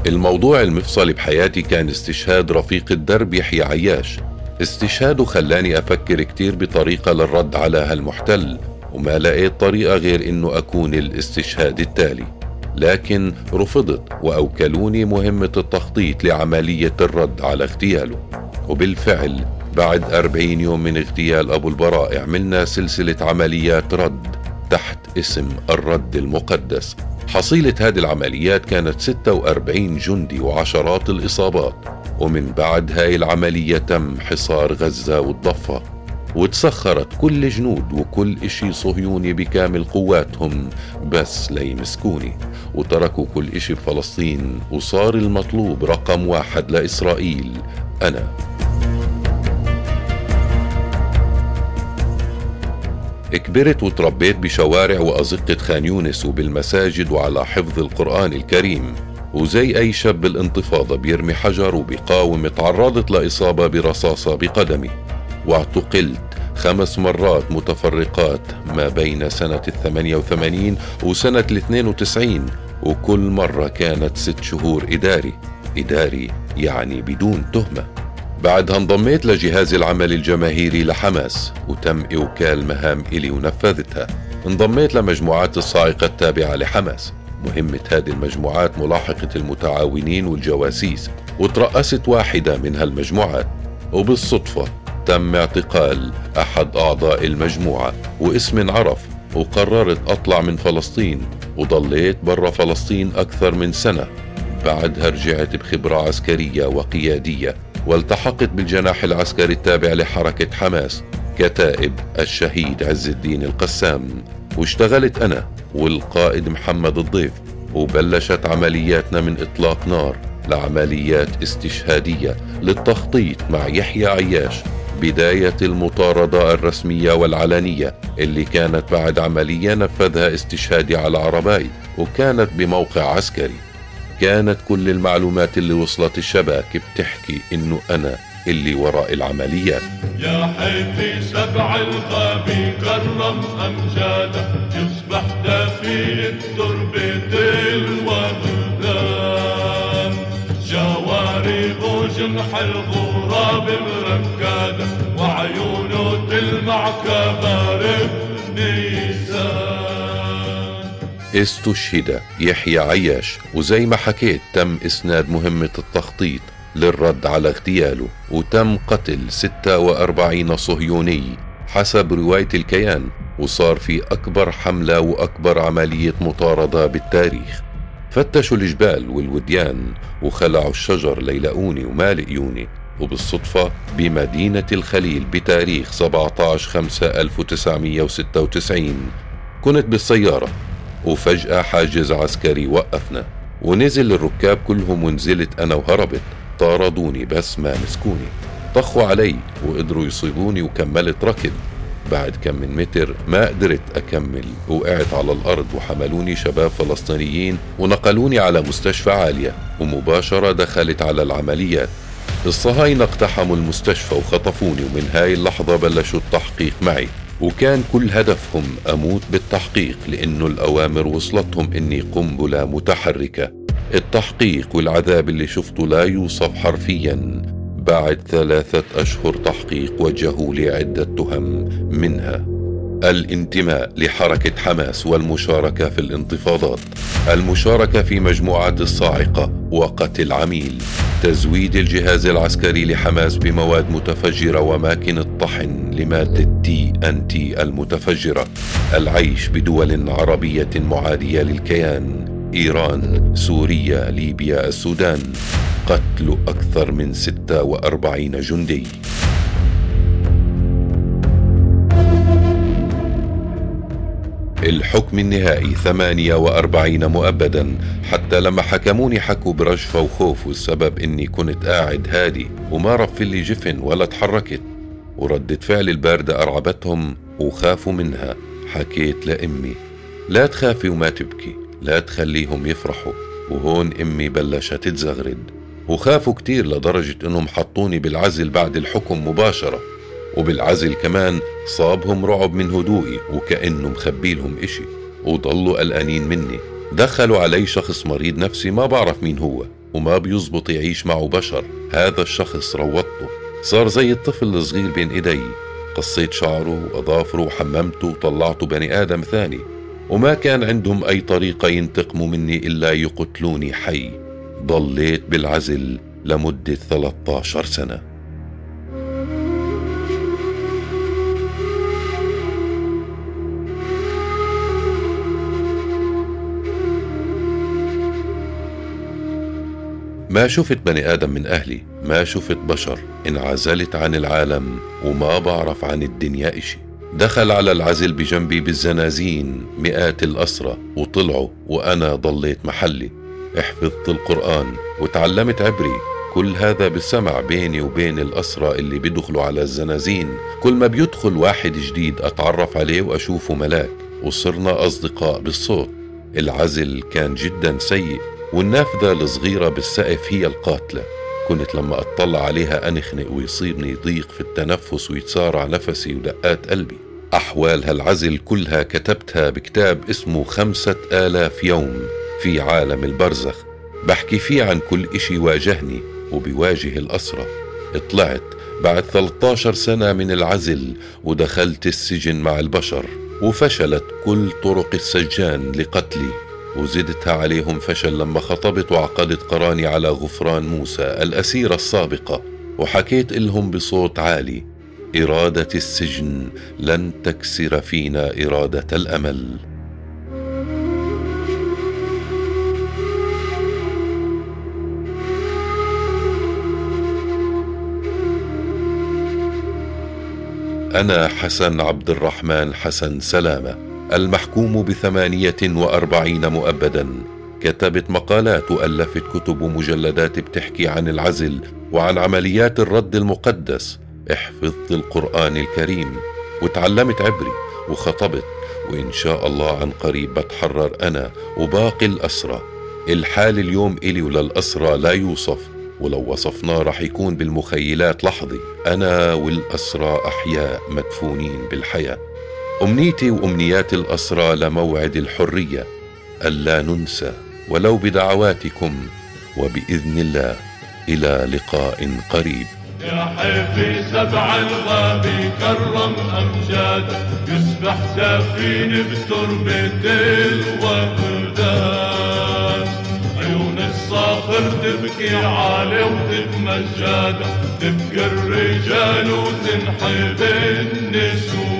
الموضوع المفصلي بحياتي كان استشهاد رفيق الدرب يحيى عياش. استشهاده خلاني أفكر كتير بطريقة للرد على هالمحتل، وما لقيت طريقة غير إنه أكون الاستشهاد التالي، لكن رفضت وأوكلوني مهمة التخطيط لعملية الرد على اغتياله. وبالفعل بعد 40 يوم من اغتيال أبو البراء عملنا سلسلة عمليات رد تحت اسم الرد المقدس. حصيلة هذه العمليات كانت 46 جندي وعشرات الإصابات. ومن بعد هاي العملية تم حصار غزة والضفة، وتسخرت كل جنود وكل اشي صهيوني بكامل قواتهم بس ليمسكوني، وتركوا كل اشي بفلسطين، وصار المطلوب رقم 1 لإسرائيل أنا. كبرت وتربيت بشوارع وأزقة خان يونس وبالمساجد وعلى حفظ القرآن الكريم، وزي أي شاب بالانتفاضة بيرمي حجر وبيقاوم. تعرضت لإصابة برصاصة بقدمي واعتقلت 5 مرات متفرقات ما بين سنة 88 وسنة 92، وكل مرة كانت 6 شهور إداري يعني بدون تهمة. بعدها انضميت لجهاز العمل الجماهيري لحماس، وتم إوكال مهام إلي ونفذتها. انضميت لمجموعات الصاعقة التابعة لحماس. مهمة هذه المجموعات ملاحقة المتعاونين والجواسيس، وترأست واحدة من هالمجموعات. وبالصدفة تم اعتقال أحد أعضاء المجموعة واسم عرف، وقررت أطلع من فلسطين، وضليت برا فلسطين أكثر من سنة. بعدها رجعت بخبرة عسكرية وقيادية، والتحقت بالجناح العسكري التابع لحركة حماس كتائب الشهيد عز الدين القسام، واشتغلت أنا والقائد محمد الضيف، وبلشت عملياتنا من إطلاق نار لعمليات استشهادية للتخطيط مع يحيى عياش. بداية المطاردة الرسمية والعلنية اللي كانت بعد عملية نفذها استشهادي على عرباي، وكانت بموقع عسكري. كانت كل المعلومات اللي وصلت الشباك بتحكي إنه أنا اللي وراء العمليات. يا حيث سبع الغابي كرم أمجاده، يصبح دافي التربة الوهدان، شوارب جنح الغراب مركاده، وعيونه تلمع كبارب نيسان. استشهد يحيى عياش، وزي ما حكيت تم إسناد مهمة التخطيط للرد على اغتياله، وتم قتل 46 صهيوني حسب رواية الكيان، وصار في أكبر حملة وأكبر عملية مطاردة بالتاريخ. فتشوا الجبال والوديان وخلعوا الشجر ليلاقوني وما لقيوني. وبالصدفة بمدينة الخليل بتاريخ 17/5/1996 كنت بالسيارة، وفجأة حاجز عسكري وقفنا، ونزل الركاب كلهم ونزلت أنا وهربت. طاردوني بس ما مسكوني، طخوا علي وقدروا يصيبوني، وكملت ركض. بعد كم من متر ما قدرت أكمل، وقعت على الأرض، وحملوني شباب فلسطينيين ونقلوني على مستشفى عالية، ومباشرة دخلت على العمليات. الصهاينة اقتحموا المستشفى وخطفوني، ومن هاي اللحظة بلشوا التحقيق معي، وكان كل هدفهم أموت بالتحقيق، لأنه الأوامر وصلتهم إني قنبلة متحركة. التحقيق والعذاب اللي شفته لا يوصف حرفيا. بعد 3 أشهر تحقيق وجهوا لي عدة تهم، منها الانتماء لحركة حماس والمشاركة في الانتفاضات، المشاركة في مجموعات الصاعقة وقتل عميل، تزويد الجهاز العسكري لحماس بمواد متفجرة وماكينة طحن لمادة TNT المتفجرة، العيش بدول عربية معادية للكيان، إيران، سوريا، ليبيا، السودان، قتل أكثر من 46 جندي. الحكم النهائي 48 مؤبدا، حتى لما حكموني حكوا برجفة وخوف، والسبب إني كنت قاعد هادي وما رف لي جفن ولا تحركت، وردة فعل الباردة أرعبتهم وخافوا منها. حكيت لأمي لا تخافي وما تبكي، لا تخليهم يفرحوا. وهون أمي بلشت تزغرد، وخافوا كتير لدرجة إنهم حطوني بالعزل بعد الحكم مباشرة. وبالعزل كمان صابهم رعب من هدوئي وكأنه مخبيلهم إشي، وضلوا قلقانين مني. دخلوا علي شخص مريض نفسي ما بعرف مين هو، وما بيزبط يعيش معه بشر. هذا الشخص روضته، صار زي الطفل الصغير بين إيدي. قصيت شعره وأظافره وحممته وطلعته بني آدم ثاني، وما كان عندهم أي طريقة ينتقموا مني إلا يقتلوني حي. ضليت بالعزل لمدة 13 سنة. ما شفت بني آدم من أهلي، ما شفت بشر، انعزلت عن العالم وما بعرف عن الدنيا إشي. دخل على العزل بجنبي بالزنازين مئات الأسرى وطلعوا، وأنا ضليت محلي. حفظت القرآن وتعلمت عبري، كل هذا بالسمع بيني وبين الأسرى اللي بيدخلوا على الزنازين. كل ما بيدخل واحد جديد أتعرف عليه وأشوفه ملاك، وصرنا أصدقاء بالصوت. العزل كان جدا سيء، والنافذة الصغيرة بالسقف هي القاتلة. كنت لما أطلع عليها أنخنق ويصيبني ضيق في التنفس ويتسارع نفسي ودقات قلبي. أحوال هالعزل كلها كتبتها بكتاب اسمه 5000 يوم في عالم البرزخ، بحكي فيه عن كل إشي واجهني وبيواجه الأسرى. طلعت بعد 13 سنة من العزل ودخلت السجن مع البشر، وفشلت كل طرق السجان لقتلي، وزدتها عليهم فشل لما خطبت وعقدت قراني على غفران موسى الأسيرة السابقة، وحكيت لهم بصوت عالي: إرادة السجن لن تكسر فينا إرادة الأمل. أنا حسن عبد الرحمن حسن سلامة، المحكوم ب48 مؤبدا. كتبت مقالات وألفت كتب ومجلدات بتحكي عن العزل وعن عمليات الرد المقدس. حفظت القرآن الكريم وتعلمت عبري وخطبت، وإن شاء الله عن قريب بتحرر أنا وباقي الأسرى. الحال اليوم إلي وللأسرى لا يوصف، ولو وصفناه رح يكون بالمخيلات لحظي. أنا والأسرى أحياء مدفونين بالحياة. أمنيتي وأمنيات الأسرى لموعد الحرية ألا ننسى ولو بدعواتكم، وبإذن الله إلى لقاء قريب. يا حيفي سبع الغابي كرم أمجاده، يسبح دافين بتربة الوردان. عيون الصاخر تبكي عالي وتتمجاده، تبكي الرجال وتنحب النسوان.